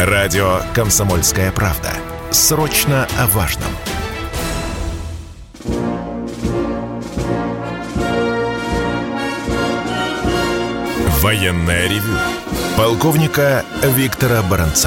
Радио «Комсомольская правда». Срочно о важном. Военное ревю полковника Виктора Баранца.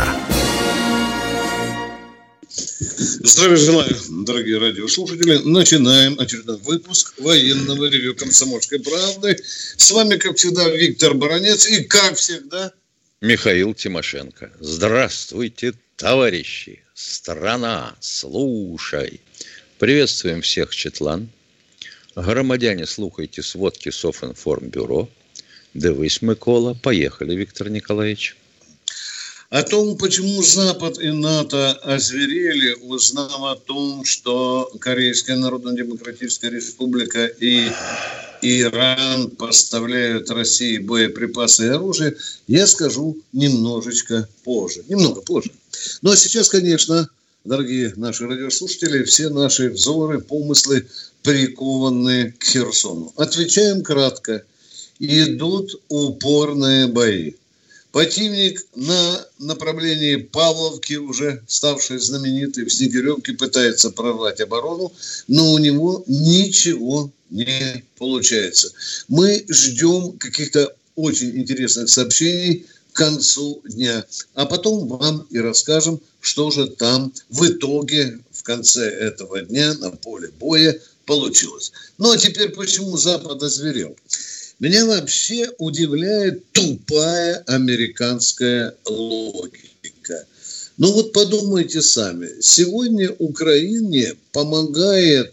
Здравия желаю, дорогие радиослушатели. Начинаем очередной выпуск военного ревью «Комсомольской правды». С вами, как всегда, Виктор Баранец и, как всегда, Михаил Тимошенко. Здравствуйте, товарищи! Страна, слушай! Приветствуем всех, Четлан. Громадяне, слухайте сводки Софинформбюро. Дивись, Микола. Поехали, Виктор Николаевич. О том, почему Запад и НАТО озверели, узнав о том, что Корейская Народно-Демократическая Республика и Иран поставляют России боеприпасы и оружие, я скажу немного позже. Ну, а сейчас, конечно, дорогие наши радиослушатели, все наши взоры, помыслы прикованы к Херсону. Отвечаем кратко. Идут упорные бои. Противник на направлении Павловки, уже ставший знаменитый, в Снегиревке, пытается прорвать оборону, но у него ничего не получается. Мы ждем каких-то очень интересных сообщений к концу дня, а потом вам и расскажем, что же там в итоге в конце этого дня на поле боя получилось. Ну а теперь почему Запад озверел? Меня вообще удивляет тупая американская логика. Ну вот подумайте сами. Сегодня Украине помогает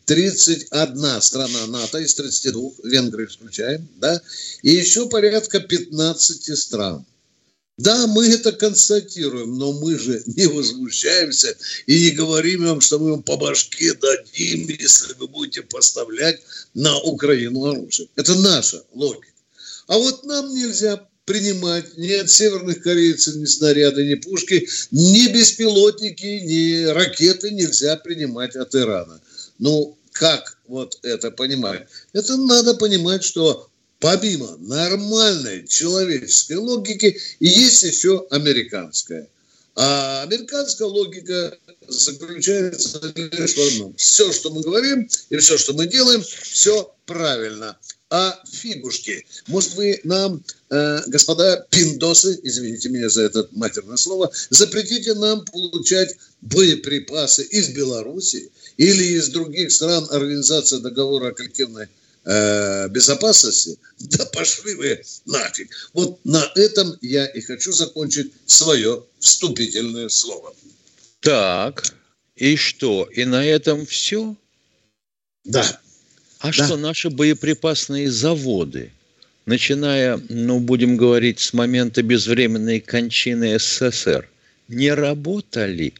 31 страна НАТО из 32, Венгрию исключаем, да, и еще порядка 15 стран. Да, мы это констатируем, но мы же не возмущаемся и не говорим вам, что мы вам по башке дадим, если вы будете поставлять на Украину оружие. Это наша логика. А вот нам нельзя принимать ни от северных корейцев, ни снаряды, ни пушки, ни беспилотники, ни ракеты нельзя принимать от Ирана. Ну, как вот это понимать? Это надо понимать, что помимо нормальной человеческой логики есть еще американская. А американская логика заключается лишь в одном. Все, что мы говорим и все, что мы делаем, все правильно. А фигушки, может вы нам, господа пиндосы, извините меня за это матерное слово, запретите нам получать боеприпасы из Беларуси или из других стран Организации договора о коллективной безопасности? Да пошли вы нафиг. Вот на этом я и хочу закончить свое вступительное слово. Так, и что? И на этом все? Да. А что наши боеприпасные заводы, начиная, будем говорить, с момента безвременной кончины СССР, не работали?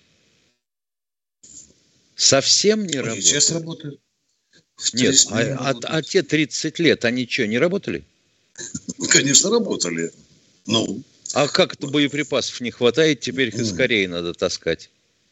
Совсем не работали? Сейчас работают. Нет, а те 30 лет, они что, не работали? Конечно, работали. Ну. А как это боеприпасов не хватает, теперь их из Кореи надо таскать?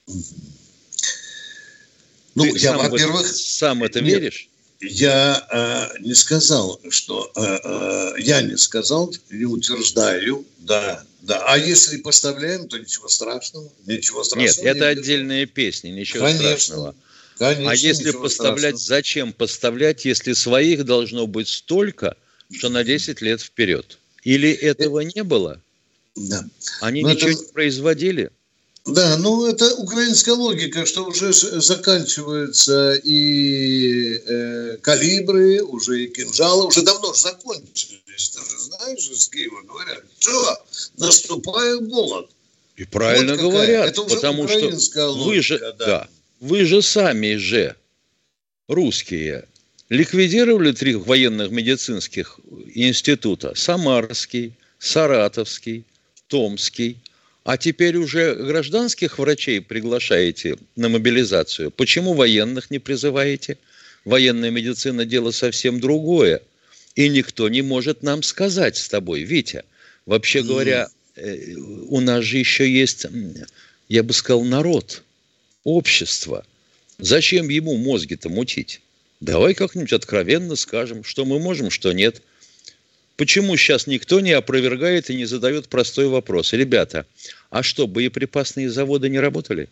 Ну, Ты я, во-первых... Сам это веришь? Я не сказал, что... я не сказал, не утверждаю, да. А если поставляем, то ничего страшного. Нет, это отдельная песня, ничего страшного. Конечно, а если поставлять, страшного. Зачем поставлять, если своих должно быть столько, что на 10 лет вперед? Или этого не было? Да. Они ничего не производили? Да, это украинская логика, что уже заканчиваются и калибры, уже и кинжалы, уже давно закончились. Ты же знаешь, из Киева говорят, что наступает голод. И правильно вот говорят, это уже потому что логика, вы же сами русские, ликвидировали 3 военных медицинских института. Самарский, Саратовский, Томский. А теперь уже гражданских врачей приглашаете на мобилизацию. Почему военных не призываете? Военная медицина – дело совсем другое. И никто не может нам сказать с тобой, Витя. Вообще говоря, у нас же еще есть, я бы сказал, народ. Общество. Зачем ему мозги-то мутить? Давай как-нибудь откровенно скажем, что мы можем, что нет. почему сейчас никто не опровергает и не задает простой вопрос? Ребята, а что, боеприпасные заводы не работали?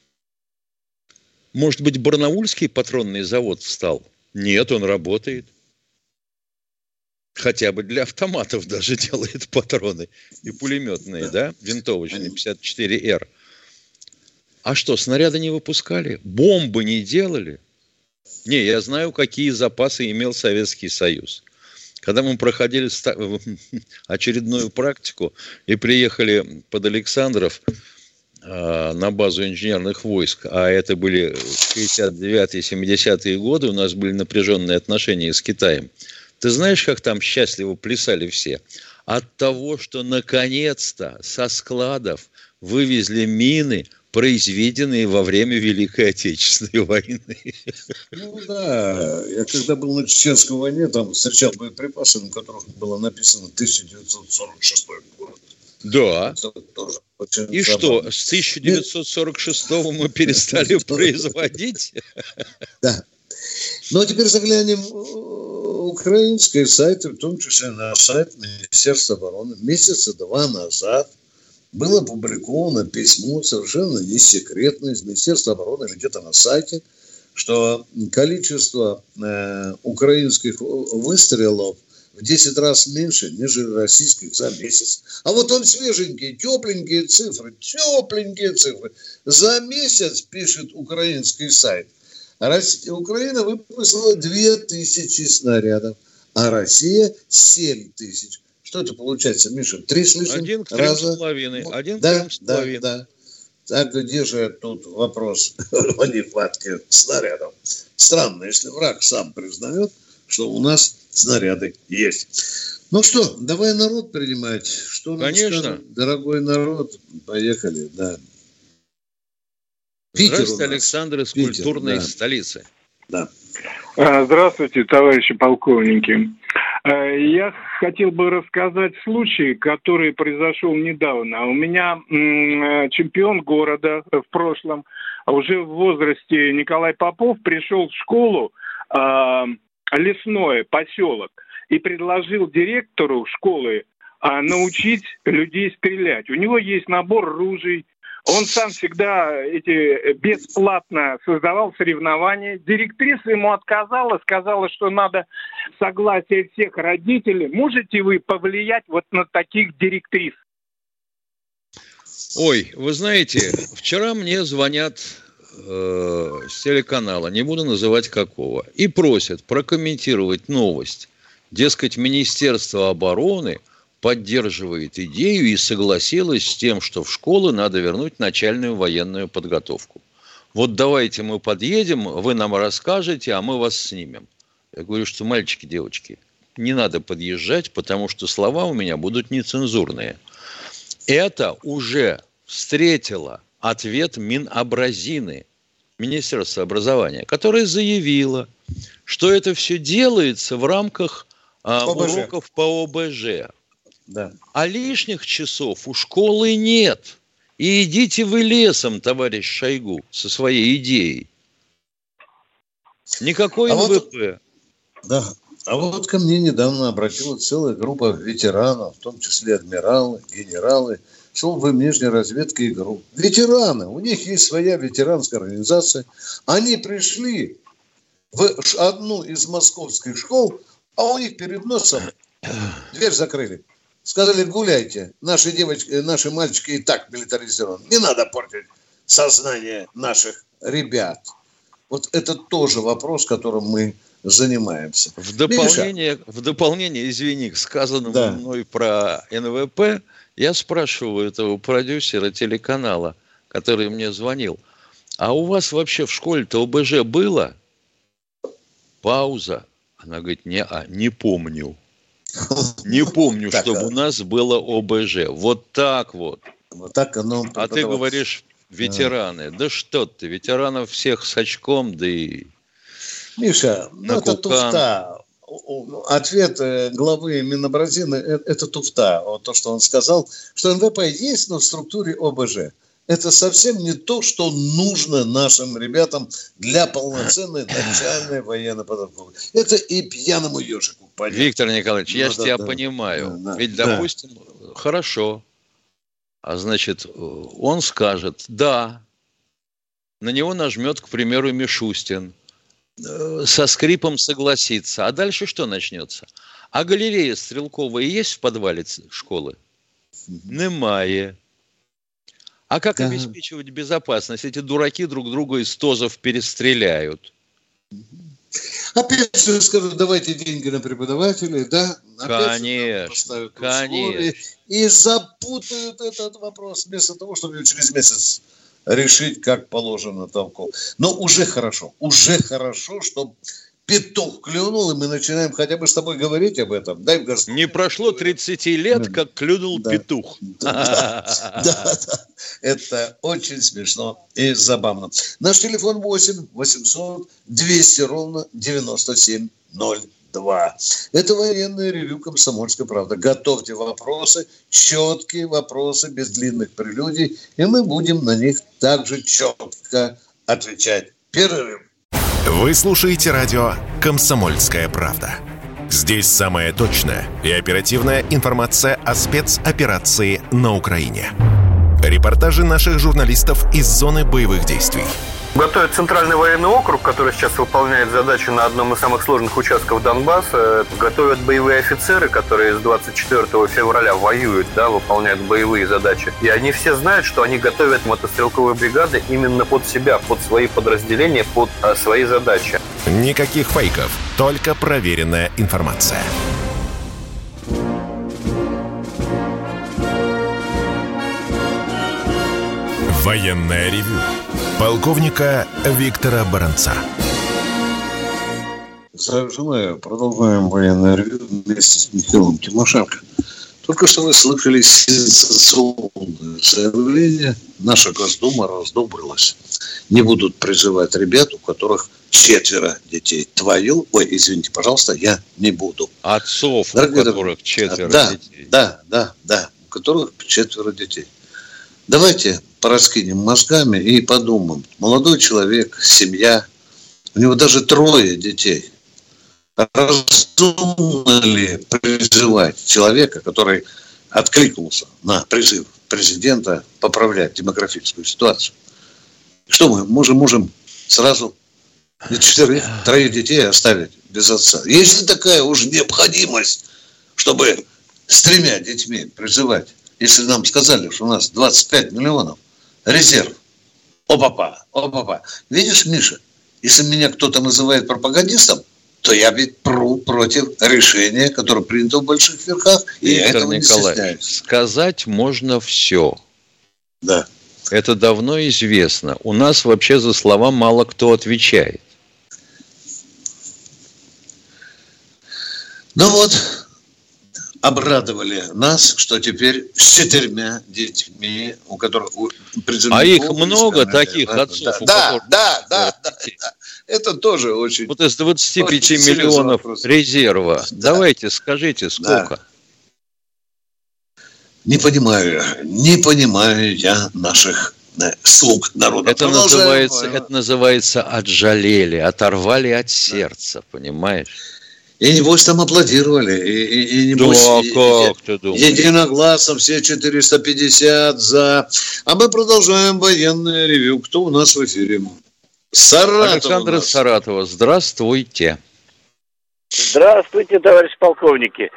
Может быть, Барнаульский патронный завод встал? Нет, он работает. Хотя бы для автоматов даже делает патроны. И пулеметные, да? Винтовочные, 54Р. А что, снаряды не выпускали? Бомбы не делали? Не, я знаю, какие запасы имел Советский Союз. Когда мы проходили очередную практику и приехали под Александров на базу инженерных войск, а это были 69-е, 70-е годы, у нас были напряженные отношения с Китаем. Ты знаешь, как там счастливо плясали все? От того, что наконец-то со складов вывезли мины, произведенные во время Великой Отечественной войны. Ну да, я когда был на Чеченской войне, там встречал боеприпасы, на которых было написано 1946 год. Да. И забавно. что, с 1946 мы перестали производить? Да. Ну, а теперь заглянем в украинские сайты, в том числе на сайт Министерства обороны. Месяца 2 назад было опубликовано письмо, совершенно не секретное, из Министерства обороны или где-то на сайте, что количество украинских выстрелов в 10 раз меньше, нежели российских за месяц. А вот он свеженькие, тепленькие цифры. За месяц, пишет украинский сайт, Украина выпустила 2000 снарядов, а Россия 7000. Что это получается, Миша? 3 с лишним 1 к 3,5. раза? 1 к 3,5. Да. Так где же тут вопрос о нехватке снарядов? Странно, если враг сам признает, что у нас снаряды есть. Ну что, давай народ принимать. Что нам скажет, дорогой народ? Поехали, да. Здравствуйте, Александр из культурной столицы. Да. Здравствуйте, товарищи полковники. Я хотел бы рассказать случай, который произошел недавно. У меня чемпион города в прошлом, уже в возрасте Николай Попов, пришел в школу Лесное, поселок, и предложил директору школы научить людей стрелять. У него есть набор ружей. Он сам всегда бесплатно создавал соревнования. Директриса ему отказала, сказала, что надо согласие всех родителей. Можете вы повлиять вот на таких директрис? Ой, вы знаете, вчера мне звонят с телеканала, не буду называть какого, и просят прокомментировать новость. Дескать, Министерство обороны поддерживает идею и согласилась с тем, что в школы надо вернуть начальную военную подготовку. Вот давайте мы подъедем, вы нам расскажете, а мы вас снимем. Я говорю, что мальчики, девочки, не надо подъезжать, потому что слова у меня будут нецензурные. Это уже встретило ответ Минобразины, Министерства образования, которое заявило, что это все делается в рамках уроков по ОБЖ. Да. А лишних часов у школы нет. И идите вы лесом, товарищ Шойгу, со своей идеей. Никакой НВП. Да. А вот ко мне недавно обратилась целая группа ветеранов, в том числе адмиралы, генералы, службы внешней разведки и групп. Ветераны, у них есть своя ветеранская организация. Они пришли в одну из московских школ, а у них перед носом дверь закрыли. Сказали, гуляйте, наши девочки, наши мальчики и так милитаризированы. Не надо портить сознание наших ребят. Вот это тоже вопрос, которым мы занимаемся. В дополнение, извини, к сказанному мной про НВП, я спрашиваю этого продюсера телеканала, который мне звонил, а у вас вообще в школе-то ОБЖ было? Пауза. Она говорит, не помню. Не помню, чтобы у нас было ОБЖ. Вот так вот. Вот так оно. А ты говоришь, ветераны. Да что ты, ветеранов всех с очком, да и... Миша, это туфта. Ответ главы Минобразины – это туфта. Вот то, что он сказал, что НВП есть, но в структуре ОБЖ. Это совсем не то, что нужно нашим ребятам для полноценной начальной военной подготовки. Это и пьяному ежику понятно. Виктор Николаевич, я же тебя понимаю. Ведь, допустим, хорошо. А значит, он скажет, да, на него нажмет, к примеру, Мишустин, со скрипом согласится. А дальше что начнется? А галерея Стрелкова есть в подвале школы? Немає. А как обеспечивать безопасность? Эти дураки друг друга из ТОЗов перестреляют. Опять же скажу, давайте деньги на преподавателей, да? Конечно, конечно. И запутают этот вопрос вместо того, чтобы через месяц решить, как положено толком. Но уже хорошо, что петух клюнул, и мы начинаем хотя бы с тобой говорить об этом. Дай Господь. Не прошло 30 лет, как клюнул петух. Да. Это очень смешно и забавно. Наш телефон 8 800 200 ровно 9702. Это военное ревью «Комсомольской правды». Готовьте вопросы, четкие вопросы, без длинных прелюдий, и мы будем на них также четко отвечать. Перерыв. Вы слушаете радио «Комсомольская правда». Здесь самая точная и оперативная информация о спецоперации на Украине. Репортажи наших журналистов из зоны боевых действий. Готовит Центральный военный округ, который сейчас выполняет задачу на одном из самых сложных участков Донбасса. Готовят боевые офицеры, которые с 24 февраля воюют, выполняют боевые задачи. И они все знают, что они готовят мотострелковые бригады именно под себя, под свои подразделения, под свои задачи. Никаких фейков, только проверенная информация. Военное ревю полковника Виктора Баранца. Продолжаем военное ревью вместе с Михаилом Тимошенко. Только что вы слышали сенсационное заявление. Наша Госдума раздобрилась. Не будут призывать ребят, у которых 4 детей. Извините, пожалуйста, я не буду. Отцов, у которых 4 детей. Да, у которых 4 детей. Давайте пораскинем мозгами и подумаем. Молодой человек, семья, у него даже 3 детей. Разумно ли призывать человека, который откликнулся на призыв президента поправлять демографическую ситуацию? Что мы можем сразу 3 детей оставить без отца? Есть ли такая уж необходимость, чтобы с 3 детьми призывать? Если нам сказали, что у нас 25 миллионов резерв. Опа. Видишь, Миша, если меня кто-то называет пропагандистом, то я ведь пру против решения, которое принято в больших верхах, и я этого не стесняюсь. Сказать можно все. Да. Это давно известно. У нас вообще за слова мало кто отвечает. Ну вот, обрадовали нас, что теперь с 4 детьми, у которых... А их много таких отцов, у которых... Да. Это тоже очень... Вот из 25 миллионов резерва. Да. Давайте, скажите, сколько? Да. Не понимаю я наших слуг народа. Это называется отжалели, оторвали от сердца, понимаешь? И небось там аплодировали. И небось, как ты думаешь? Единогласно все 450 за. А мы продолжаем военное ревью. Кто у нас в эфире? Александр из Саратова. Здравствуйте. Здравствуйте, товарищ полковники.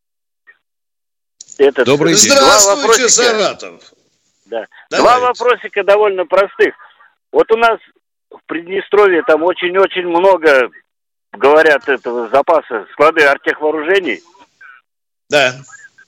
Добрый день. Здравствуйте, Саратов. Да. Два вопросика довольно простых. Вот у нас в Приднестровье там очень-очень много, говорят, этого запаса, склады артехвооружений. Да.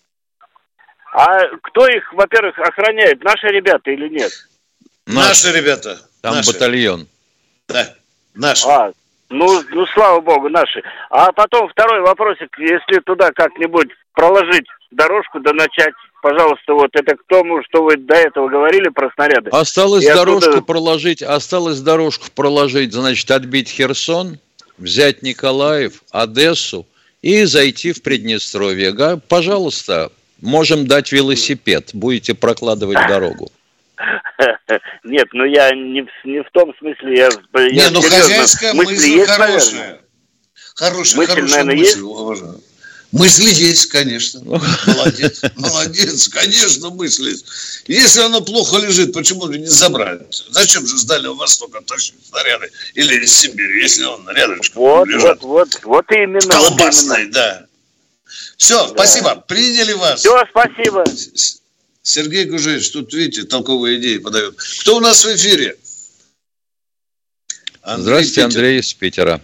А кто их, во-первых, охраняет? Наши ребята или нет? Наши ребята. Там батальон. Да, наши. Ну, слава богу, наши. А потом второй вопросик, если туда как-нибудь проложить дорожку, да начать, пожалуйста, вот это к тому, что вы до этого говорили про снаряды. Осталось дорожку проложить, значит, отбить Херсон, взять Николаев, Одессу и зайти в Приднестровье. Пожалуйста, можем дать велосипед, будете прокладывать дорогу. Нет, я не в том смысле, хозяйская мысль хорошая. Хорошая мысль, уважаю. Мысли есть, конечно. Молодец, конечно, мысли есть. Если оно плохо лежит, почему же не забрать? Зачем же с Дальнего Востока тащить снаряды или из Сибири, если он рядышком лежит? Вот именно. В колбасной, да. Все, спасибо. Приняли вас. Все, спасибо. Сергей Гужевич, тут, видите, толковые идеи подают. Кто у нас в эфире? Здравствуйте, Андрей из Питера.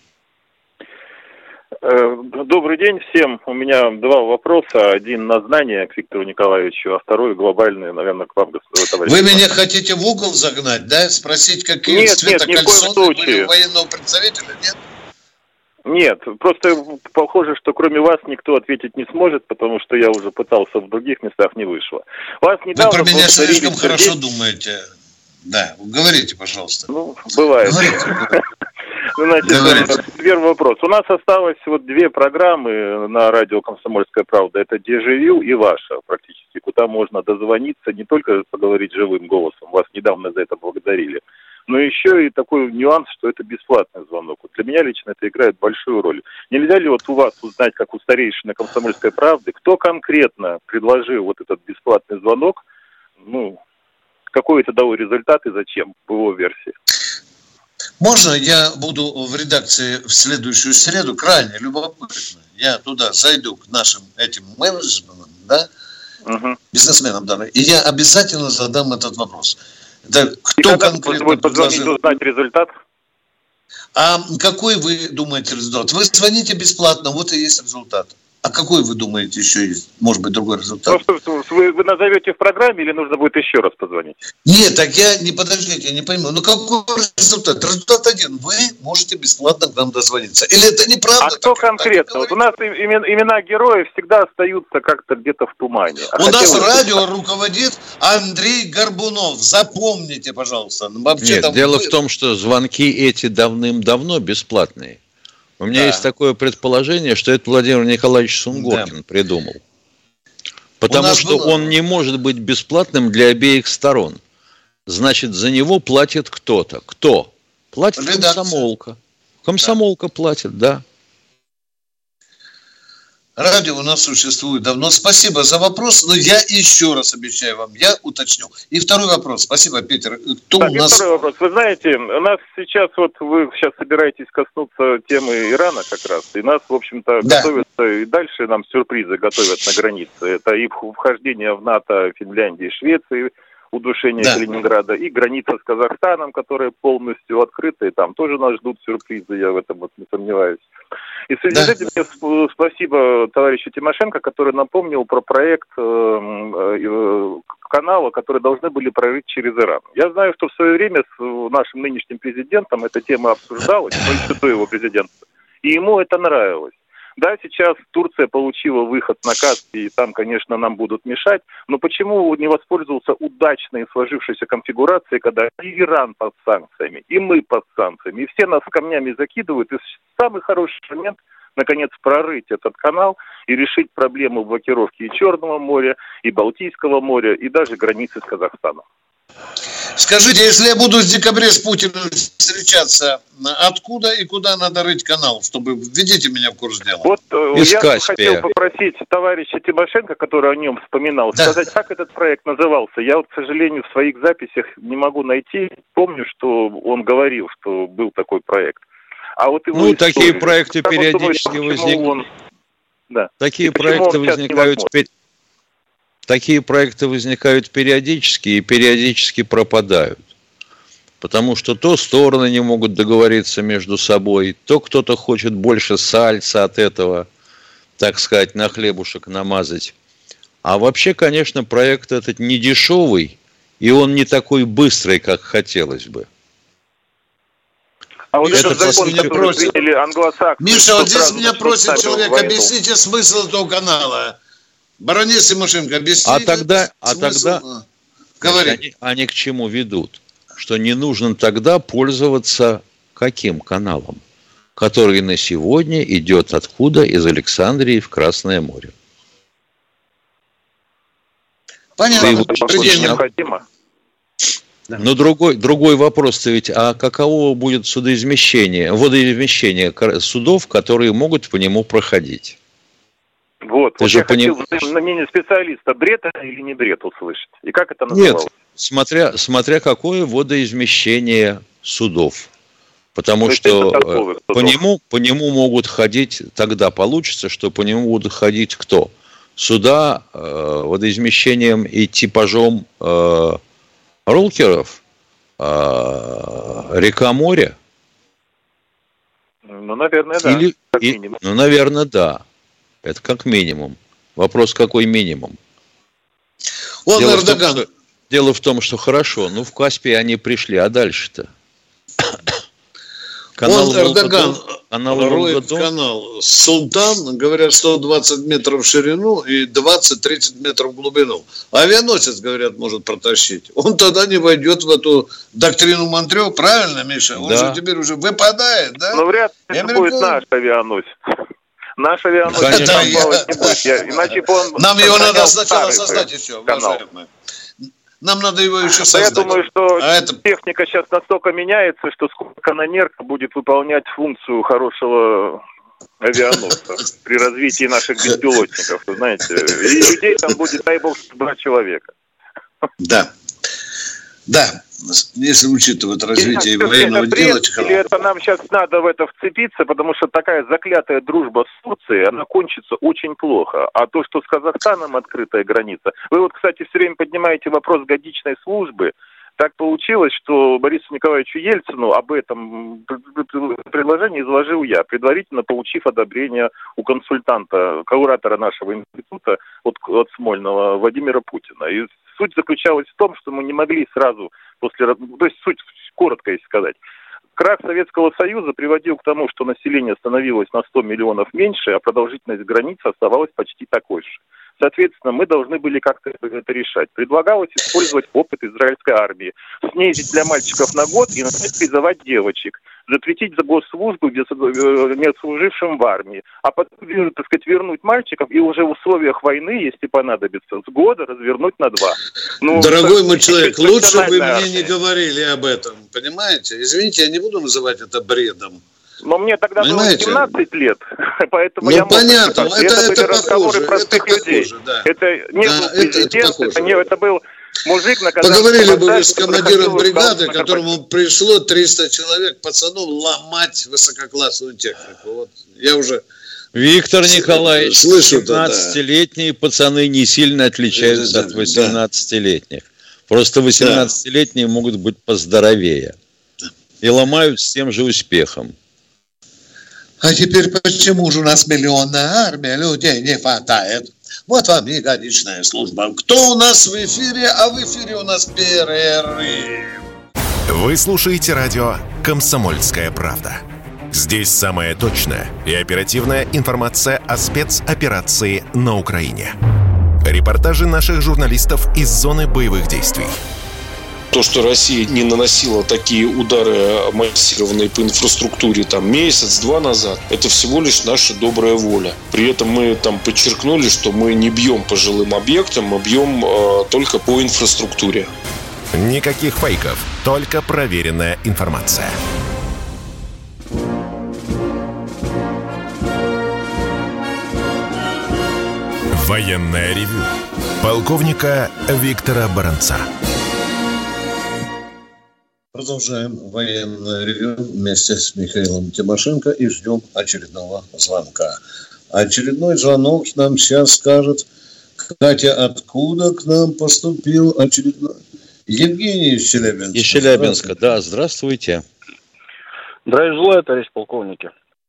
Добрый день всем. У меня два вопроса. Один на знание к Виктору Николаевичу, а второй глобальный, наверное, к вам, товарищ. Вы меня хотите в угол загнать, да? Спросить, какие цвета кальсоны были у военного представителя? Нет? Нет, просто похоже, что кроме вас никто ответить не сможет, потому что я уже пытался в других местах, не вышло. Вас недавно вы про меня слишком хорошо думаете. Да, говорите, пожалуйста. Ну, бывает. Значит, первый вопрос. У нас осталось вот две программы на радио «Комсомольская правда». Это «Дежавю» и ваша практически, куда можно дозвониться, не только поговорить живым голосом, вас недавно за это благодарили, но еще и такой нюанс, что это бесплатный звонок. Вот для меня лично это играет большую роль. Нельзя ли вот у вас узнать, как у старейшины «Комсомольской правды», кто конкретно предложил вот этот бесплатный звонок, ну, какой это дало результат и зачем в его версии? Можно я буду в редакции в следующую среду? Крайне любопытно. Я туда зайду к нашим этим менеджерам, да, бизнесменам, да, и я обязательно задам этот вопрос. Да, кто конкретно предложил? Узнать результат? А какой вы думаете результат? Вы звоните бесплатно, вот и есть результат. А какой вы думаете еще есть? Может быть, другой результат? Ну, вы назовете в программе или нужно будет еще раз позвонить? Нет, так подождите, я не пойму. Ну какой результат? Результат один. Вы можете бесплатно к нам дозвониться. Или это неправда? А кто конкретно? Вот у нас имена героев всегда остаются как-то где-то в тумане. У нас радио руководит Андрей Горбунов. Запомните, пожалуйста. Нет, дело в том, что звонки эти давным-давно бесплатные. У меня есть такое предположение, что это Владимир Николаевич Сунгоркин придумал. Потому что он не может быть бесплатным для обеих сторон. Значит, за него платит кто-то. Кто? Платит комсомолка. Комсомолка платит, да. Радио у нас существует давно. Спасибо за вопрос, но я еще раз обещаю вам, я уточню. И второй вопрос. Спасибо, Питер. Второй вопрос. Вы знаете, у нас сейчас, вот вы сейчас собираетесь коснуться темы Ирана как раз, и нас, в общем-то, готовятся, и дальше нам сюрпризы готовят на границе. Это и вхождение в НАТО Финляндии и Швеции, удушение Калининграда, и граница с Казахстаном, которая полностью открыта, и там тоже нас ждут сюрпризы, я в этом вот не сомневаюсь. И в связи с этим мне спасибо товарищу Тимошенко, который напомнил про проект канала, который должны были прорыть через Иран. Я знаю, что в свое время с нашим нынешним президентом эта тема обсуждалась, но еще до его президентства, и ему это нравилось. Да, сейчас Турция получила выход на Каспий, и там, конечно, нам будут мешать, но почему не воспользовался удачной сложившейся конфигурацией, когда и Иран под санкциями, и мы под санкциями, и все нас камнями закидывают, и самый хороший момент, наконец, прорыть этот канал и решить проблему блокировки и Черного моря, и Балтийского моря, и даже границы с Казахстаном. Скажите, если я буду в декабре с Путиным встречаться, откуда и куда надо рыть канал, чтобы введите меня в курс дела? Вот я хотел попросить товарища Тимошенко, который о нем вспоминал, сказать, как этот проект назывался. Я вот, к сожалению, в своих записях не могу найти. Помню, что он говорил, что был такой проект. А вот его такие проекты периодически возникают. Такие проекты возникают. Такие проекты возникают периодически и периодически пропадают. Потому что то стороны не могут договориться между собой, то кто-то хочет больше сальса от этого, так сказать, на хлебушек намазать. А вообще, конечно, проект этот не дешевый, и он не такой быстрый, как хотелось бы. А вот этот закон, который приняли англосаксы... Миша, вот здесь меня просит человек, объясните смысл этого канала. Баронец Тимошенко, объясните. А тогда они к чему ведут? Что не нужно тогда пользоваться каким каналом? Который на сегодня идет откуда? Из Александрии в Красное море. Понятно. Необходимо. Но другой вопрос-то ведь, а каково будет водоизмещение судов, которые могут по нему проходить? Вот. Ты Вот же я хотел мнение специалиста, бред это или не бред, услышать. И как это называлось? Нет, смотря какое водоизмещение судов. Потому что по нему могут ходить, тогда получится, что по нему будут ходить кто? Суда водоизмещением и типажом роллеров, река-море? Ну, наверное, да. Ну, наверное, да. Это как минимум. Вопрос, какой минимум? Дело в том, что хорошо, ну, в Каспий они пришли, а дальше-то? Эрдоган роет канал Султан, говорят, 120 метров в ширину и 20-30 метров в глубину. Авианосец, говорят, может протащить. Он тогда не войдет в эту доктрину Монтрео, правильно, Миша? Он же теперь уже выпадает, да? Ну, вряд ли это будет наш авианосец. Наш авианосец там плавать не будет. Иначе бы он... Нам его надо сначала создать еще, уважаемые. Нам надо его еще создать. Я думаю, что техника сейчас настолько меняется, что скоро канонерка будет выполнять функцию хорошего авианосца при развитии наших беспилотников, вы знаете. И людей там будет, дай бог, 2 человека. Да. Да. Если учитывать развитие военного дела... Или это нам сейчас надо в это вцепиться, потому что такая заклятая дружба с Турцией, она кончится очень плохо. А то, что с Казахстаном открытая граница... Вы вот, кстати, все время поднимаете вопрос годичной службы. Так получилось, что Борису Николаевичу Ельцину об этом предложении изложил я, предварительно получив одобрение у консультанта, куратора нашего института от Смольного Владимира Путина. И суть заключалась в том, что мы не могли сразу то есть суть, коротко если сказать, крах Советского Союза приводил к тому, что население становилось на 100 миллионов меньше, а продолжительность границы оставалась почти такой же. Соответственно, мы должны были как-то это решать. Предлагалось использовать опыт израильской армии, снизить для мальчиков на год и начать призывать девочек, запретить за госслужбу не служившим в армии, а потом, так сказать, вернуть мальчиков и уже в условиях войны, если понадобится, с года развернуть на 2. Ну, дорогой мой человек, лучше бы мне не говорили об этом, понимаете? Извините, я не буду называть это бредом. Но мне тогда было 17 лет, поэтому я мог... Ну, понятно, это разговоры простых людей. Да. Это не был президент, это был мужик, на котором... Поговорили бы вы с командиром бригады, которому пришло 300 человек, пацанов, ломать высококлассную технику. Вот я уже... Виктор Николаевич, 17-летние пацаны не сильно отличаются от 18-летних. Просто 18-летние могут быть поздоровее. И ломают с тем же успехом. А теперь почему же у нас миллионная армия, людей не хватает? Вот вам и годичная служба. Кто у нас в эфире? А в эфире у нас перерыв. Вы слушаете радио «Комсомольская правда». Здесь самая точная и оперативная информация о спецоперации на Украине. Репортажи наших журналистов из зоны боевых действий. То, что Россия не наносила такие удары массированные по инфраструктуре там месяц-два назад, это всего лишь наша добрая воля. При этом мы там подчеркнули, что мы не бьем по жилым объектам, мы бьем только по инфраструктуре. Никаких фейков, только проверенная информация. Военное ревю полковника Виктора Баранца. Продолжаем военное ревю вместе с Михаилом Тимошенко и ждем очередного звонка. Очередной звонок нам сейчас скажет. Катя, откуда к нам поступил очередной? Евгений из Челябинска. Из Челябинска, да, здравствуйте. Здравия желаю, товарищ полковники.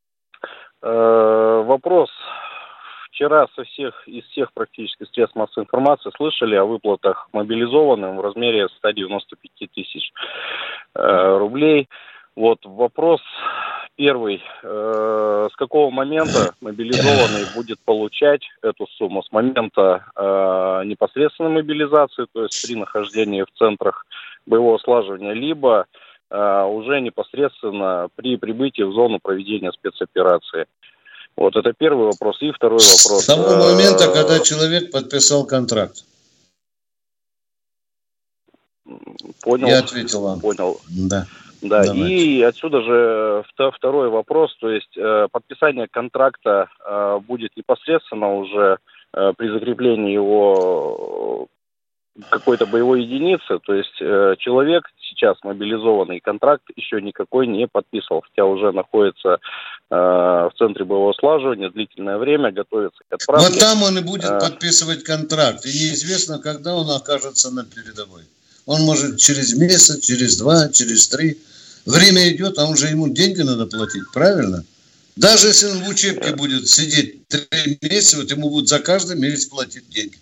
Вопрос. Вчера из всех практически средств массовой информации слышали о выплатах мобилизованным в размере 195 тысяч рублей. Вот вопрос первый. С какого момента мобилизованный будет получать эту сумму? С момента непосредственной мобилизации, то есть при нахождении в центрах боевого слаживания, либо уже непосредственно при прибытии в зону проведения спецоперации? Вот это первый вопрос. И второй вопрос. С того момента, когда человек подписал контракт. Понял. Я ответил вам. Понял. Да. Да, Давайте. и отсюда же второй вопрос, то есть подписание контракта будет непосредственно уже при закреплении его какой-то боевой единицы, то есть человек сейчас мобилизованный, контракт еще никакой не подписывал, хотя уже находится в центре боевого слаживания длительное время, готовится к отправке. Вот там он и будет подписывать контракт, и неизвестно, когда он окажется на передовой. Он может через месяц, через 2, через 3. Время идет, а уже ему деньги надо платить, правильно? Даже если он в учебке будет сидеть 3 месяца, вот ему будут за каждый месяц платить деньги.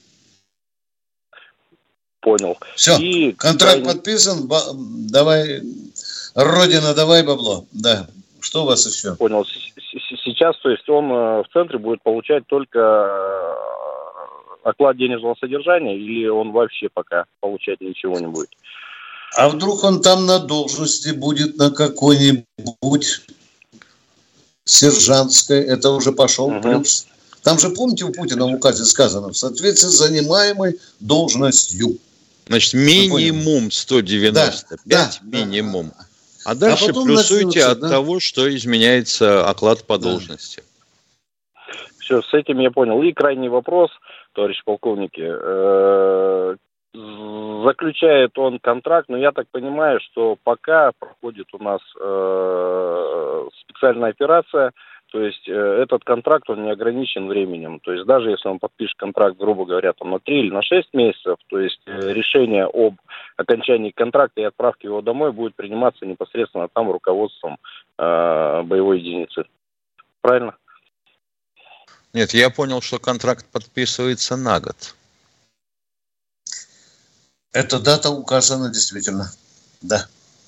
Понял. Все, и контракт подписан, давай, Родина, давай бабло. Да, что у вас еще? Понял. Сейчас, то есть он в центре будет получать только оклад денежного содержания, или он вообще пока получать ничего не будет? А вдруг он там на должности будет на какой-нибудь сержантской, это уже пошел плюс. Там же, помните, у Путина в указе сказано, в соответствии с занимаемой должностью. Значит, минимум 195, минимум. А дальше плюсуйте от того, что изменяется оклад по должности. Все, с этим я понял. И крайний вопрос, товарищ полковники. Заключает он контракт, но я так понимаю, что пока проходит у нас специальная операция, то есть этот контракт, он не ограничен временем. То есть даже если он подпишет контракт, грубо говоря, там, на 3 или на 6 месяцев, то есть решение об окончании контракта и отправке его домой будет приниматься непосредственно там руководством боевой единицы. Правильно? Нет, я понял, что контракт подписывается на год. Эта дата указана действительно. Да.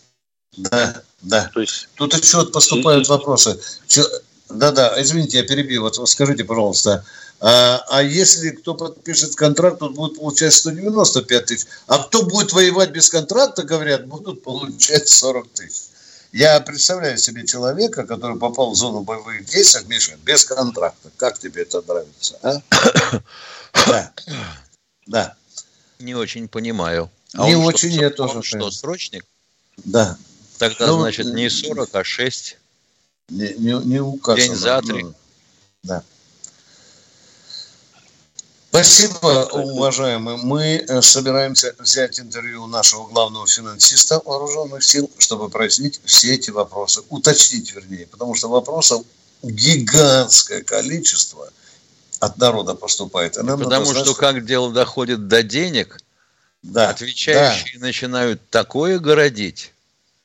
То есть... Тут еще вот поступают вопросы. Да, извините, я перебью. Вот скажите, пожалуйста, а если кто подпишет контракт, он будет получать 195 тысяч. А кто будет воевать без контракта, говорят, будут получать 40 тысяч. Я представляю себе человека, который попал в зону боевых действий, Миша, без контракта. Как тебе это нравится? А? Да. Не очень понимаю. Не очень, я тоже понимаю. Что, срочник? Да. Тогда, значит, не 40, а 6. Не указано. День за 3. Да. Спасибо, уважаемые. Мы собираемся взять интервью нашего главного финансиста вооруженных сил, чтобы прояснить все эти вопросы. Уточнить, вернее, потому что вопросов гигантское количество от народа поступает. Потому что как дело доходит до денег, отвечающие начинают такое городить.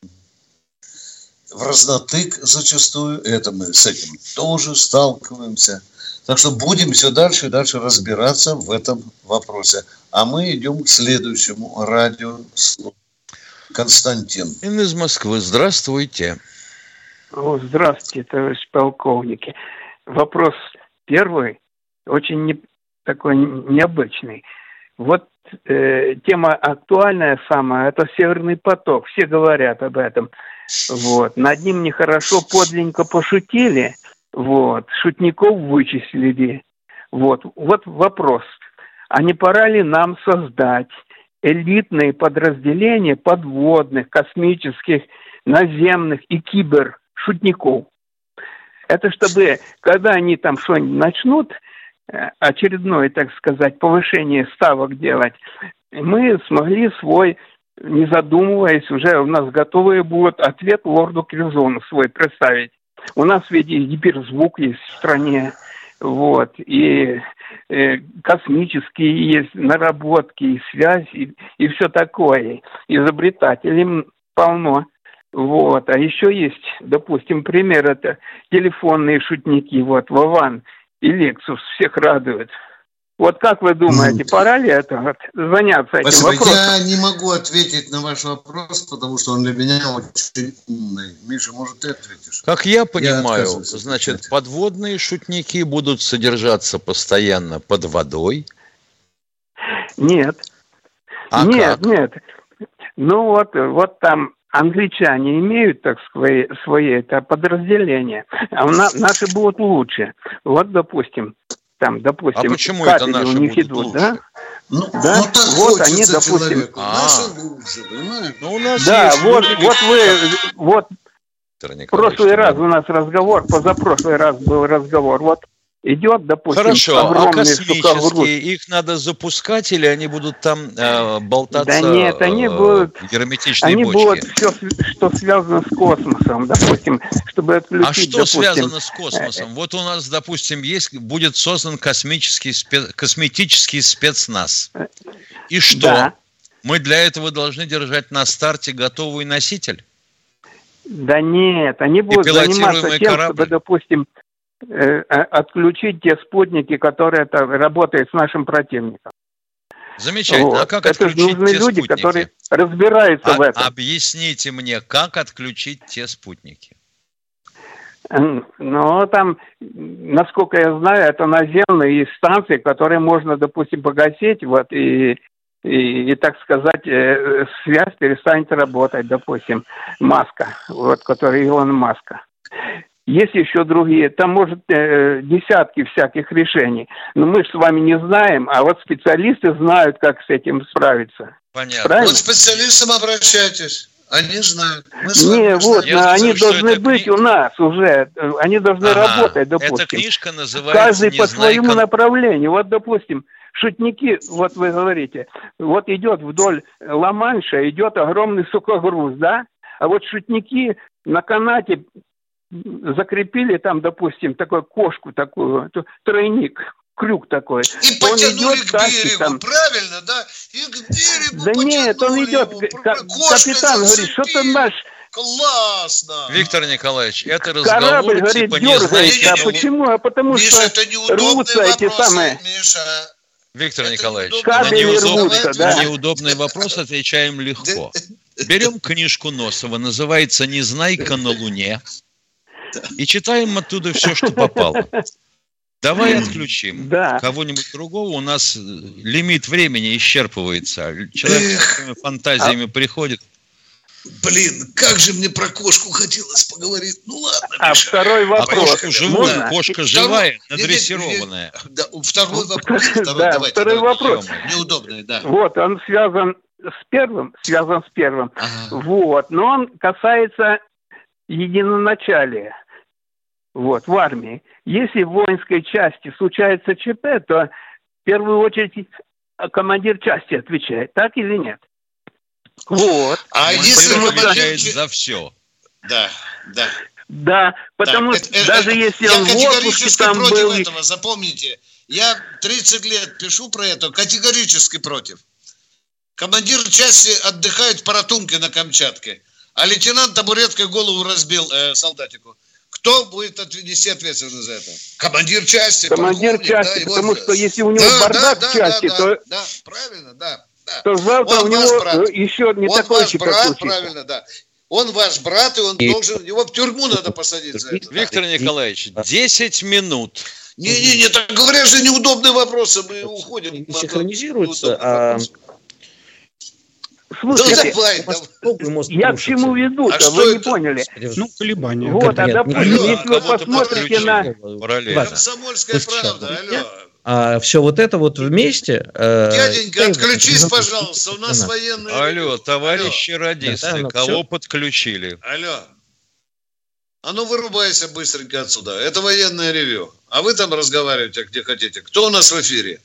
В разнотык зачастую, это мы с этим тоже сталкиваемся. Так что будем все дальше и дальше разбираться в этом вопросе. А мы идем к следующему радио. Константин. Из Москвы. Здравствуйте. Здравствуйте, товарищ полковники. Вопрос первый, очень такой необычный. Вот тема актуальная самая, это Северный поток. Все говорят об этом. Вот. Над ним нехорошо подленько пошутили. Вот. Шутников вычислили. Вот вопрос. А не пора ли нам создать элитные подразделения подводных, космических, наземных и кибершутников? Это чтобы, когда они там что-нибудь начнут, очередное, так сказать, повышение ставок делать, мы смогли свой, не задумываясь, уже у нас готовые будут ответ лорду Кирзону свой представить. У нас ведь и гиперзвук есть в стране, вот, и космические есть наработки, и связь, и все такое. Изобретателей полно. Вот. А еще есть, допустим, пример, это телефонные шутники, вот, Вован и Лексус всех радуют. Вот как вы думаете, пора ли это заняться этим вопросом? Я не могу ответить на ваш вопрос, потому что он для меня очень умный. Миша, может, ты ответишь? Как я понимаю, значит, подводные шутники будут содержаться постоянно под водой? Нет. Нет. Ну вот там англичане имеют, так свои это подразделения, а наши будут лучше. Вот, допустим, там, допустим, А почему это капели наши у них будут идут, лучше? да? Ну, Да? ну так Вот они, хочется допустим... человеку. Наши лучше, понимаешь? Ну, у нас Да, есть вот, люди, вот вы, вот Виктор в Николаевич, прошлый раз да. у нас разговор, позапрошлый раз был разговор, вот идет, допустим, Хорошо, а огромный сухогруз. космические, их надо запускать или они будут там болтаться Да нет, они будут, в герметичной они бочке? будут все, что связано с космосом, допустим, чтобы отключить, А что допустим, связано с космосом? Вот у нас, допустим, будет создан косметический спецназ. И что? Да. Мы для этого должны держать на старте готовый носитель? Да нет, они будут заниматься тем, корабль? чтобы, допустим, отключить те спутники, которые работают с нашим противником. Замечательно. Вот. А как Это отключить нужны те люди, спутники? которые разбираются в этом. Объясните мне, как отключить те спутники? Ну, там, насколько я знаю, это наземные станции, которые можно, допустим, погасить, вот, и так сказать, связь перестанет работать, допустим, Маска, вот, который Илон Маска. Есть еще другие, там может десятки всяких решений, но мы же с вами не знаем, а вот специалисты знают, как с этим справиться. Понятно. Правильно? Вот к специалистам обращайтесь, они знают. Не, вот, они должны быть у нас уже, они должны работать, допустим. Эта книжка называется «Каждый по своему направлению». Вот, допустим, шутники, вот вы говорите, вот идет вдоль Ла-Манша, идет огромный сухогруз, да? А вот шутники на канате закрепили там, допустим, такую кошку, такую, тройник, крюк такой. И потянули к берегу, там. Правильно, да? И к берегу да нет, он идет, капитан говорит, что-то наш... Классно! Виктор Николаевич, это разговор корабль, говорит, типа дергается. А почему? А потому Миша, что это неудобные рвутся эти вопросы, самые... Миша. Виктор Николаевич, на неудобный вопрос отвечаем легко. Берем книжку Носова, называется «Незнайка на Луне», и читаем оттуда все, что попало. Давай отключим кого-нибудь другого, у нас лимит времени исчерпывается. Человек с своими фантазиями приходит. Блин, как же мне про кошку хотелось поговорить. Ну ладно, А Миша. второй вопрос. Кошка живая, кошка живая, надрессированная. Да, второй вопрос. Второй вопрос. Неудобный, да. Вот, он связан с первым. Вот, но он касается единоначалия. Вот, в армии. Если в воинской части случается ЧП, то в первую очередь командир части отвечает, так или нет? Вот. А если отвечает за все? Да. Да, потому что даже если он в отпуске там против был... этого, запомните. Я 30 лет пишу про это, категорически против. Командир части отдыхает в Паратунке на Камчатке, а лейтенант табуреткой голову разбил солдатику. Кто будет нести ответственность за это? Командир части. Командир части, да, потому что если у него бардак в части, то... Да, правильно, да. То завтра у него еще не такой ЧП случится. Правильно, да. Он ваш брат, и он должен... Его в тюрьму надо посадить за это. Виктор Николаевич, 10 минут. Не, так говоря же неудобные вопросы, мы уходим. Синхронизируются, Слушайте, я к чему веду-то, вы не поняли. Ну, колебания. Вот, а допустим, если вы посмотрите на... Комсомольская правда, А все вот это вот вместе... Дяденька, отключись, пожалуйста, у нас военные... Алло, товарищи радисты, кого подключили? Алло. А ну вырубайся быстренько отсюда. Это военное ревью. А вы там разговариваете, где хотите. Кто у нас в эфире?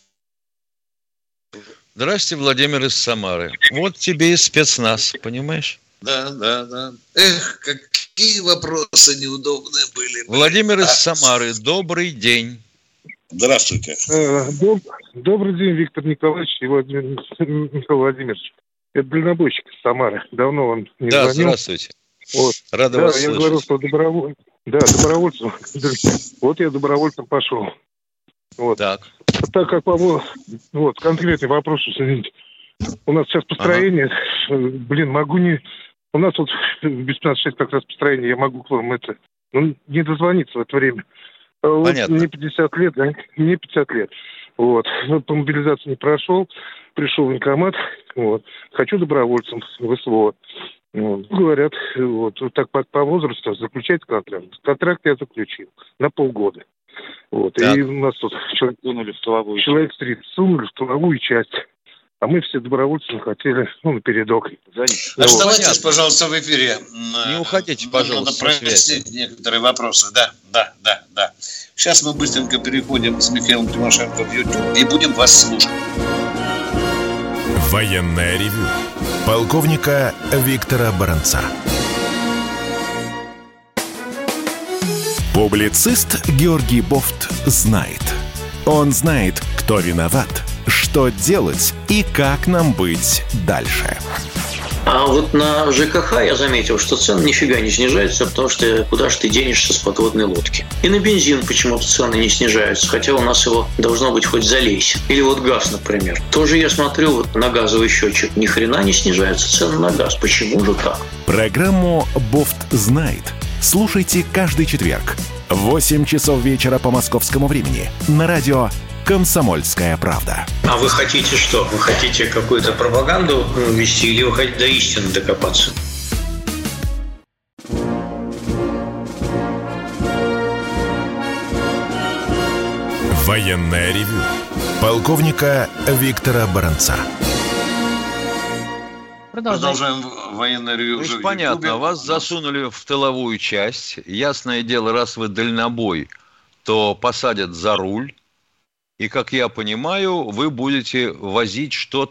Здравствуйте, Владимир из Самары. Вот тебе и спецназ, понимаешь? Да. Эх, какие вопросы неудобные были. Владимир из Самары, добрый день. Здравствуйте. Добрый день, Виктор Николаевич и Михаил Владимирович. Это дальнобойщик из Самары. Давно он не звонил. Здравствуйте. Вот. Рада вас слышать. Я говорил, что добровольцем. Вот я добровольцем пошел. Вот. Так как вот конкретный вопрос, извините. У нас сейчас построение, могу не... У нас вот без 15-6 как раз построение, я могу к вам не дозвониться в это время. Понятно. Мне 50 лет, да? Мне 50 лет. Вот. По мобилизации не прошел, пришел в военкомат, вот. Хочу добровольцем в СВО. Вот. Говорят, вот так по возрасту заключать контракт. Контракт я заключил на полгода. Вот. Так. И у нас тут человек 30 сунули в тыловую часть. А мы все добровольцы хотели, напередок. Оставайтесь, пожалуйста, в эфире. Не уходите, пожалуйста, Надо прояснить некоторые вопросы. Да. Сейчас мы быстренько переходим с Михаилом Тимошенко в YouTube и будем вас слушать. Военное ревю полковника Виктора Баранца. Публицист Георгий Бофт знает. Он знает, кто виноват, что делать и как нам быть дальше. А вот на ЖКХ я заметил, что цены нифига не снижаются, потому что куда же ты денешься с подводной лодки. И на бензин почему-то цены не снижаются, хотя у нас его должно быть хоть залейся. Или вот газ, например. Тоже я смотрю вот на газовый счетчик, ни хрена не снижаются цены на газ. Почему же так? Программу «Бофт знает» слушайте каждый четверг в 8 часов вечера по московскому времени на радио «Комсомольская правда». А вы хотите что? Вы хотите какую-то пропаганду вести или вы хотите до истины докопаться? Военное ревю полковника Виктора Баранца. Продолжаем военное ревью. Ну, понятно, вас засунули в тыловую часть. Ясное дело, раз вы дальнобой, то посадят за руль. И, как я понимаю, вы будете возить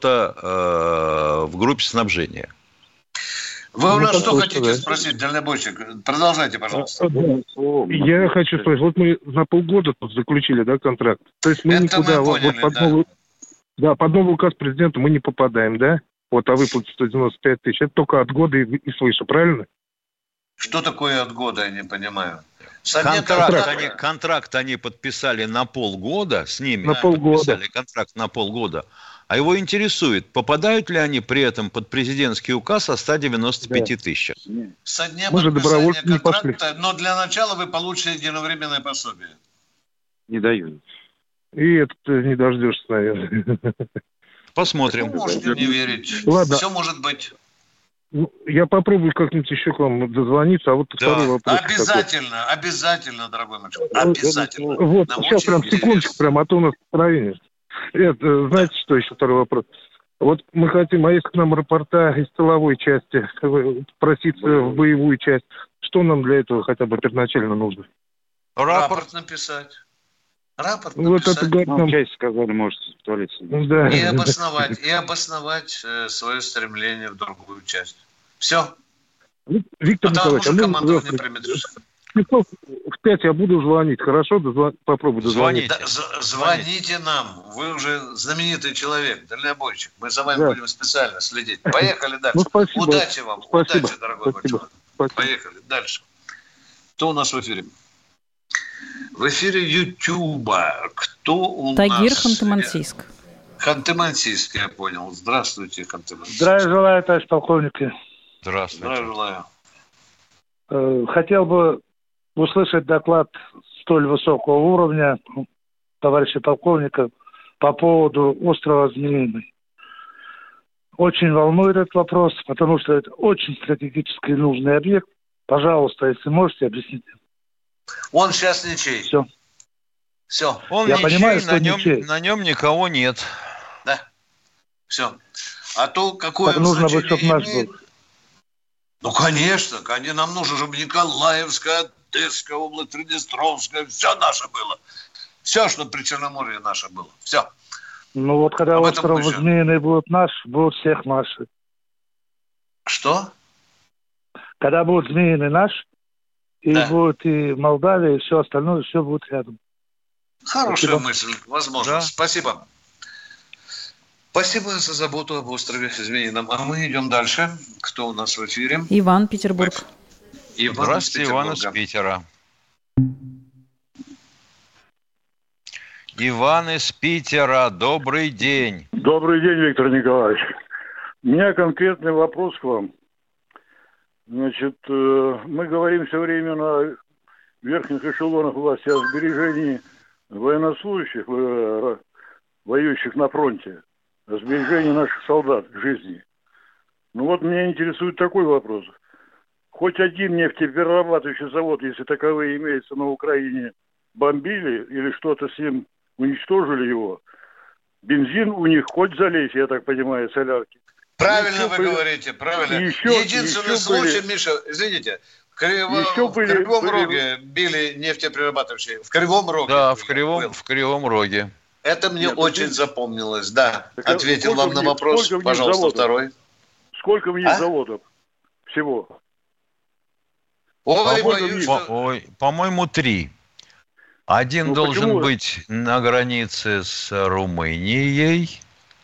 что-то в группе снабжения. Вы у нас что хотите спросить, дальнобойщик? Продолжайте, пожалуйста. Я хочу спросить, вот мы на полгода тут заключили, контракт. То есть мы это никуда, мы поняли, под новый указ президента мы не попадаем, да? Вот, а выплате 195 тысяч, это только от года и свыше, правильно? Что такое от года, я не понимаю. Контракт они подписали на полгода, с ними подписали контракт на полгода. А его интересует, попадают ли они при этом под президентский указ о 195 тысячах? Со дня подписания контракта, но для начала вы получите единовременное пособие. Не дают. И это не дождешься, наверное. Посмотрим. Вы можете не верить. Ладно. Все может быть. Я попробую как-нибудь еще к вам дозвониться, а вот второй вопрос. Обязательно, дорогой мальчик. Обязательно. Вот, сейчас прям секундочку, а то у нас настроение. Знаете, что еще второй вопрос? Вот мы хотим, а если к нам рапорта из тыловой части проситься в боевую часть, что нам для этого хотя бы первоначально нужно? Рапорт написать. Вот это нам часть сказали, может, в туалете. Да. И обосновать свое стремление в другую часть. Все. Виктор Николаевич, команду не примет. В 5 я буду звонить, хорошо? Попробую дозвонить. Звоните нам. Вы уже знаменитый человек, дальнобойщик. Мы за вами будем специально следить. Поехали дальше. Удачи вам. Удачи, дорогой мальчик. Поехали дальше. Кто у нас в эфире? В эфире Ютуба. Кто у нас? Тагир, Ханты-Мансийск. Ханты-Мансийск, я понял. Здравствуйте, Ханты-Мансийск. Здравия желаю, товарищ полковники. Здравствуйте. Здравия желаю. Хотел бы услышать доклад столь высокого уровня товарища полковника по поводу острова Змеиный. Очень волнует этот вопрос, потому что это очень стратегически нужный объект. Пожалуйста, если можете, объясните. Он сейчас ничей. Все. Он я ничей, понимаю, что на нем никого нет. Да. Все. А то какое так нужно бы, чтобы наш был. Ну, конечно. Нам нужно, чтобы Николаевская, Одесская область, Приднестровская, все наше было. Все, что при Черноморье наше было. Все. Ну вот когда остров Змеиный будет наш, будут всех наши. Что? Когда будет Змеиный наш, и будет и Молдавия, и все остальное, все будет рядом. Хорошая мысль, возможно. Да. Спасибо. Спасибо за заботу об острове Змеином. А мы идем дальше. Кто у нас в эфире? Иван, Петербург. Здравствуйте, Иван из Питера. Иван из Питера, добрый день. Добрый день, Виктор Николаевич. У меня конкретный вопрос к вам. Значит, мы говорим все время на верхних эшелонах власти о сбережении военнослужащих, воюющих на фронте, о сбережении наших солдат жизни. Ну вот меня интересует такой вопрос. Хоть один нефтеперерабатывающий завод, если таковые имеются на Украине, бомбили или что-то с ним уничтожили его. Бензин у них хоть залезь, я так понимаю, солярки. Правильно вы говорите, правильно. Единственный случай, Миша, извините, в Кривом Роге били нефтеперерабатывающие. В Кривом Роге. Да, в Кривом Роге. Это мне очень запомнилось, да. Ответил вам на вопрос. Пожалуйста, второй. Сколько в них заводов всего? По-моему, 3. Один должен быть на границе с Румынией,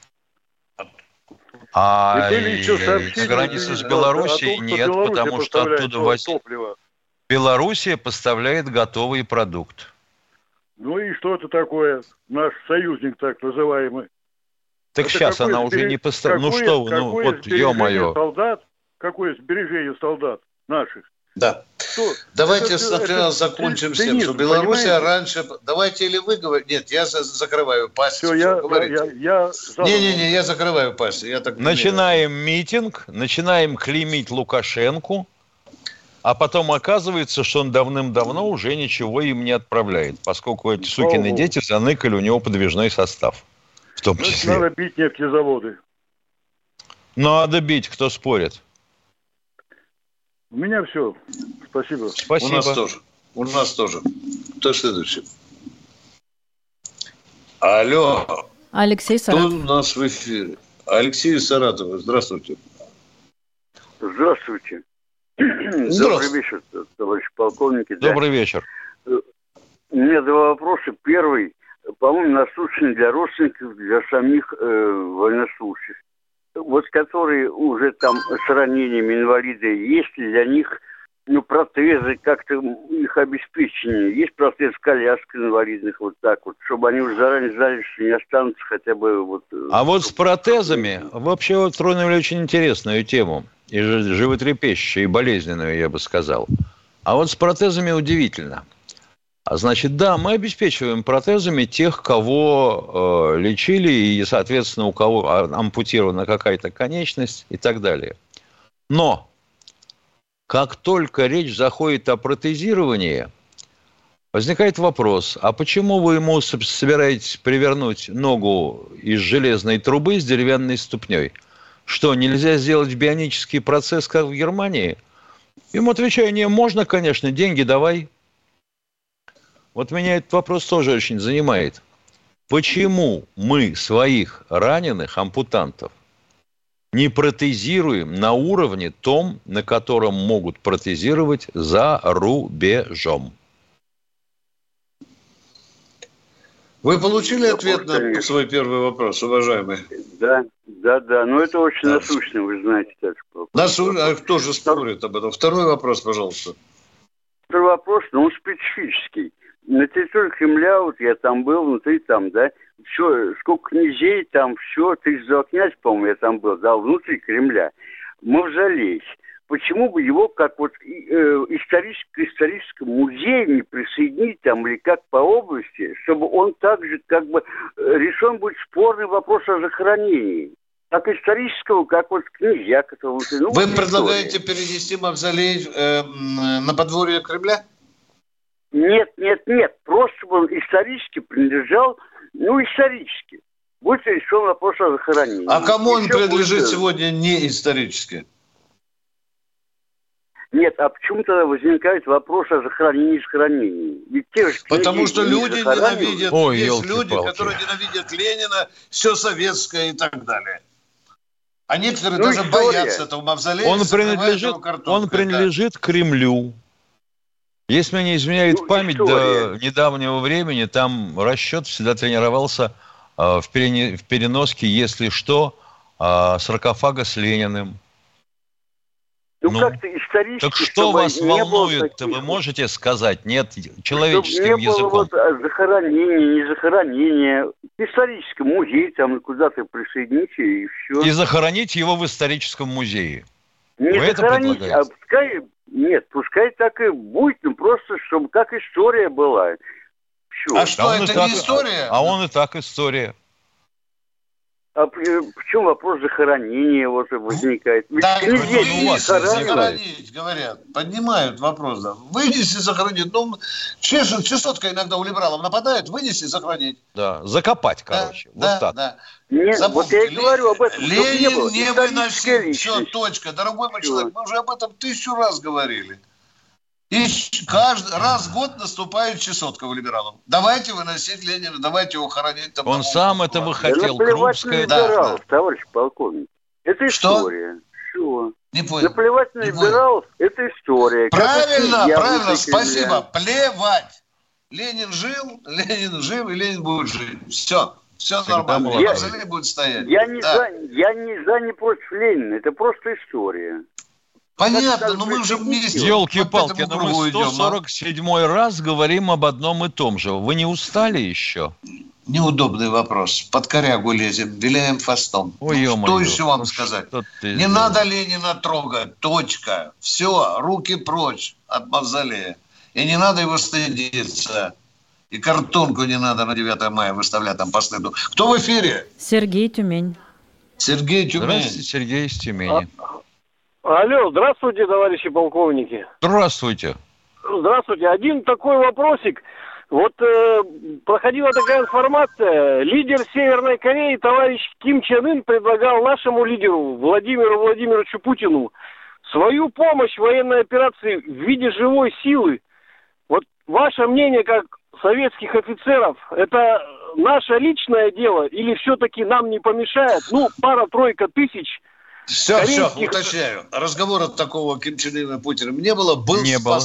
а на границе с Белоруссией нет, потому что оттуда Белоруссия поставляет готовый продукт. Ну и что это такое? Наш союзник так называемый. Так это сейчас она уже не поставляет. Ну что вы, вот ё-моё. Какое сбережение солдат наших? Да. Давайте сначала закончим с тем, что Белоруссия раньше... Давайте или вы говорите... Нет, я закрываю пасть. Все, я закрываю пасть. Начинаем митинг, начинаем клеймить Лукашенко, а потом оказывается, что он давным-давно уже ничего им не отправляет, поскольку эти сукины дети заныкали у него подвижной состав. В том числе. Надо бить нефтезаводы. Надо бить, кто спорит. У меня все. Спасибо. Спасибо. У нас тоже. Кто следующий? Алло. Алексей Саратов. Кто у нас в эфире? Алексей Саратов. Здравствуйте. Здравствуйте. Добрый вечер, товарищ полковники. Добрый вечер. У меня 2 вопроса. Первый, по-моему, насущный для родственников, для самих военнослужащих. Вот которые уже там с ранениями, инвалиды, есть ли для них протезы, как-то их обеспечение? Есть протез колясок инвалидных, вот так вот, чтобы они уже заранее знали, что не останутся хотя бы вот... А вот с протезами вообще вот тронули очень интересную тему, и животрепещущую, и болезненную, я бы сказал. А вот с протезами удивительно. А значит, да, мы обеспечиваем протезами тех, кого лечили, и, соответственно, у кого ампутирована какая-то конечность и так далее. Но как только речь заходит о протезировании, возникает вопрос, а почему вы ему собираетесь привернуть ногу из железной трубы с деревянной ступней? Что, нельзя сделать бионический процесс, как в Германии? Ему отвечаю, не, можно, конечно, деньги давай. Вот меня этот вопрос тоже очень занимает. Почему мы своих раненых ампутантов не протезируем на уровне том, на котором могут протезировать за рубежом? Вы получили ответ на свой первый вопрос, уважаемый? Да. Но это очень насущно, вы знаете. А кто же спорит об этом? Второй вопрос, пожалуйста. Второй вопрос, но он специфический. На территории Кремля, вот я там был, внутри там, да, все, сколько князей там, все, 32 князь, по-моему, я там был, да, внутри Кремля. Мавзолей. Почему бы его как вот историческому музею не присоединить там или как по области, чтобы он также как бы решен будет спорный вопрос о захоронении. Как исторического, как вот князья, которого... Вы предлагаете перенести мавзолей на подворье Кремля? Нет. Просто бы он исторически принадлежал, исторически. Будет решен вопрос о захоронении. А кому он принадлежит сегодня не исторически? Нет, а почему тогда возникает вопрос о захоронении? Ведь те же потому что люди ненавидят, есть люди, елки-палки, которые ненавидят Ленина, все советское и так далее. А некоторые даже боятся этого мавзолея. Он принадлежит Кремлю. Если меня не изменяет память, до недавнего времени там расчет всегда тренировался в переноске, если что, саркофага с Лениным. Как-то исторически... Так что вас волнует-то, вы можете сказать? Нет, человеческим языком. Не было захоронения, не захоронения. Исторический музей там куда-то присоедините, и все. И захоронить его в историческом музее. Не вы это предлагаете? А пускай так и будет, просто чтобы как история была. Все. А что, это не история? А он и так история. А почему вопрос захоронения вот возникает? Да, захоронить, говорят, поднимают вопрос. Да. Вынеси, захоронить. Ну, чесотка иногда у либералов нападает, вынеси, захоронить. Да, закопать, короче. Да, вот да, так. Да. Нет, вот я и говорю об этом. Ленин не выносил. Все, точка. Дорогой мой человек, мы уже об этом 1000 раз говорили. И каждый раз в год наступает чесотка у либералов. Давайте выносить Ленина, давайте его хоронить. Там, он сам этого хотел. Крупская. Да. Товарищ полковник. Это история. Что? Не понял. Наплевать на либералов, это история. Правильно, спасибо. Плевать. Ленин жил, Ленин жив, и Ленин будет жить. Все нормально. Мавзолей будет стоять. Я не за, не против Ленина. Это просто история. Понятно, но мы уже вместе. Елки-палки, но мы 147 раз говорим об одном и том же. Вы не устали еще? Неудобный вопрос. Под корягу лезем, виляем хвостом. Ой, что еще вам сказать? Не надо Ленина трогать. Точка. Все, руки прочь от мавзолея. И не надо его стыдиться. И картонку не надо на 9 мая выставлять там по стыду. Кто в эфире? Сергей, Тюмень. Сергей, Тюмень. Здравствуйте, Сергей из Тюмени. Алло, здравствуйте, товарищи полковники. Здравствуйте. Здравствуйте. Один такой вопросик. Вот проходила такая информация. Лидер Северной Кореи, товарищ Ким Чен Ын, предлагал нашему лидеру Владимиру Владимировичу Путину свою помощь в военной операции в виде живой силы. Вот ваше мнение, как советских офицеров, это наше личное дело или все-таки нам не помешает? Ну, пара-тройка тысяч. Все, уточняю. Разговора такого Ким Чен Ына и Путиным не было. Был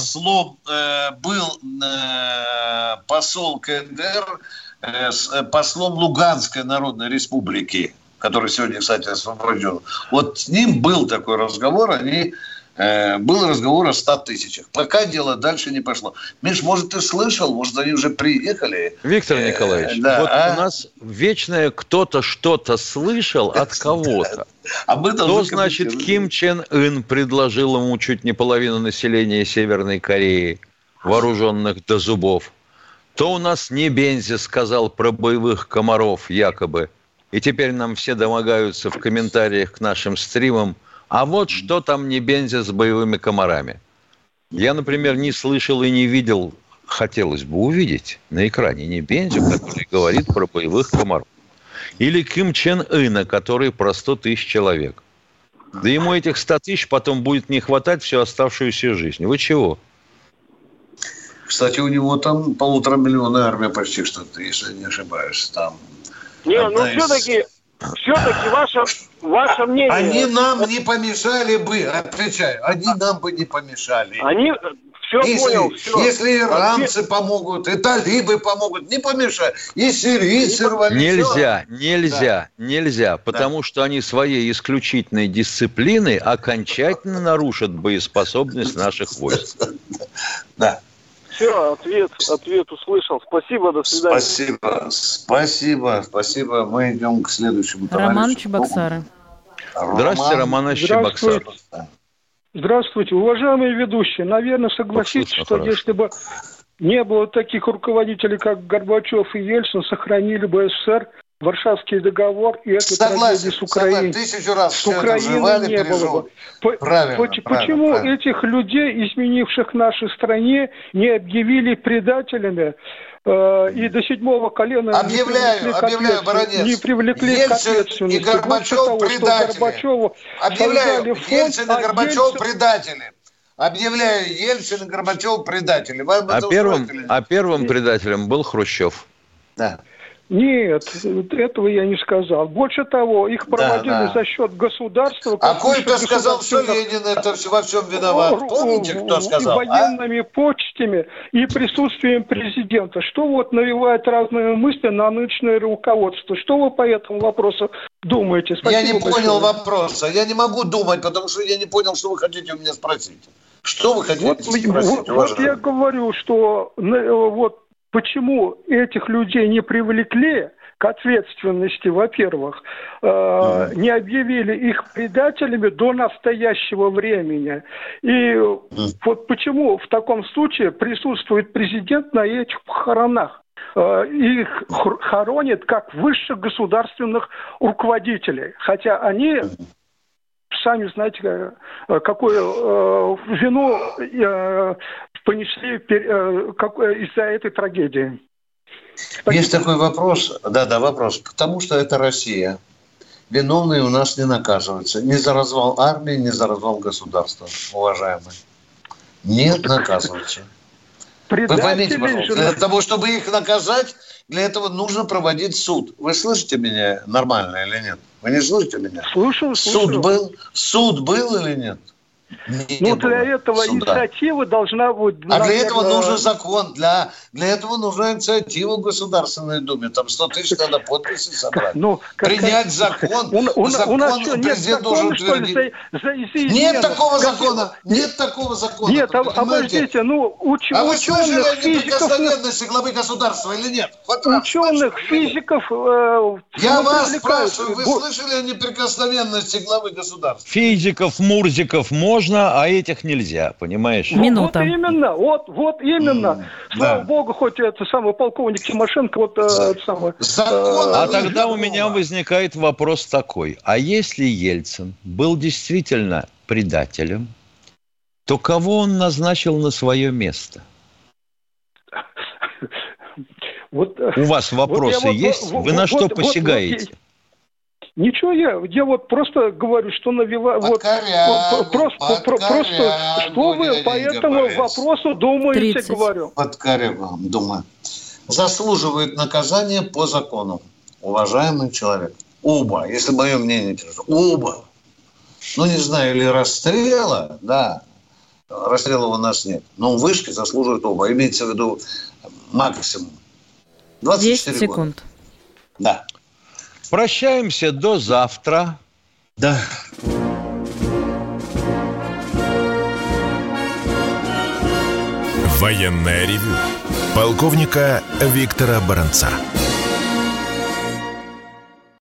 посол КНДР с послом Луганской Народной Республики, который сегодня, кстати, освобожден. Вот с ним был такой разговор, был разговор о 100 тысячах. Пока дело дальше не пошло. Миш, может, ты слышал? Может, они уже приехали? Виктор Николаевич, у нас вечное кто-то что-то слышал от кого-то. Что значит Ким Чен Ын предложил ему чуть не половину населения Северной Кореи, вооруженных до зубов? То у нас Небензи сказал про боевых комаров якобы. И теперь нам все домогаются в комментариях к нашим стримам. А вот что там Небензи с боевыми комарами. Я, например, не слышал и не видел, хотелось бы увидеть на экране Небензи, который говорит про боевых комаров. Или Ким Чен Ына, который про 100 тысяч человек. Да ему этих 100 тысяч потом будет не хватать всю оставшуюся жизнь. Вы чего? Кстати, у него там 1,5 миллиона армия почти что-то, если не ошибаюсь. Там все-таки ваше мнение... Они нам не помешали бы, отвечаю, они нам бы не помешали. Они... Если иранцы помогут, и талибы помогут, не помешают. И сирийцы рвали. Нельзя, потому что они своей исключительной дисциплиной окончательно нарушат боеспособность наших войск. Да. Все, ответ услышал. Спасибо, до свидания. Спасибо. Мы идем к следующему товарищу. Роман Чебоксары. Здравствуйте, Роман из Чебоксар. Здравствуйте, уважаемые ведущие. Наверное, согласитесь, что если бы не было таких руководителей, как Горбачев и Ельцин, сохранили бы СССР, Варшавский договор и эту трагедию с Украиной. 1000 раз с Украиной не было бы. Почему этих людей, изменивших нашей стране, не объявили предателями и до 7-го колена объявляю, баронец. Не привлекли к ответственности? И Горбачев предатели. Объявляю, Ельцин и Горбачев предатели. Объявляю, Ельцин и Горбачев предатели. Первым предателем был Хрущев. Да. Нет, этого я не сказал. Больше того, их проводили за счет государства. А кое-кто сказал, что Ленин это во всем виноват. Помните, кто сказал? И военными почтами, и присутствием президента. Что вот навевает разные мысли на нынешнее руководство? Что вы по этому вопросу думаете? Спасибо. Я не понял вопроса. Я не могу думать, потому что я не понял, что вы хотите у меня спросить. Что вы хотите спросить? Вот я говорю, что вот почему этих людей не привлекли к ответственности, во-первых, не объявили их предателями до настоящего времени. И вот почему в таком случае присутствует президент на этих похоронах? их хоронят как высших государственных руководителей. Хотя они, сами знаете, какую вину понесли из-за этой трагедии. Спасибо. Есть такой вопрос, вопрос. Потому что это Россия. Виновные у нас не наказываются. Ни за развал армии, ни за развал государства, уважаемые. Не наказываются. Вы поймите, пожалуйста, для того, чтобы их наказать, для этого нужно проводить суд. Вы слышите меня нормально или нет? Вы не слышите меня? Слушаю. Суд был или нет? Для этого инициатива должна быть... А для этого нужен закон. Для этого нужна инициатива в Государственной Думе. Там 100 тысяч надо подписи собрать. Принять закон. Президент должен утвердить. Нет такого закона. Нет, обождите, А вы слышали о неприкосновенности главы государства или нет? Ученых, физиков... Я вас спрашиваю, вы слышали о неприкосновенности главы государства? Физиков, мурзиков можно, а этих нельзя, понимаешь? Минута. Вот именно. Слава богу, хоть это самый полковник Тимошенко, А тогда у меня возникает вопрос такой. А если Ельцин был действительно предателем, то кого он назначил на свое место? У вас вопросы есть? Вы на что посягаете? Ничего, я просто говорю, что навела... Просто что вы по этому вопросу думаете, 30. говорю. Думаю. Заслуживает наказания по закону. Уважаемый человек. Оба, если мое мнение интересно. Оба. Не знаю, или расстрела, да. Расстрела у нас нет. Но вышки заслуживают оба. Имеется в виду максимум. 24 10 секунд. года. Да. Прощаемся до завтра. Да. Военное ревю полковника Виктора Баранца.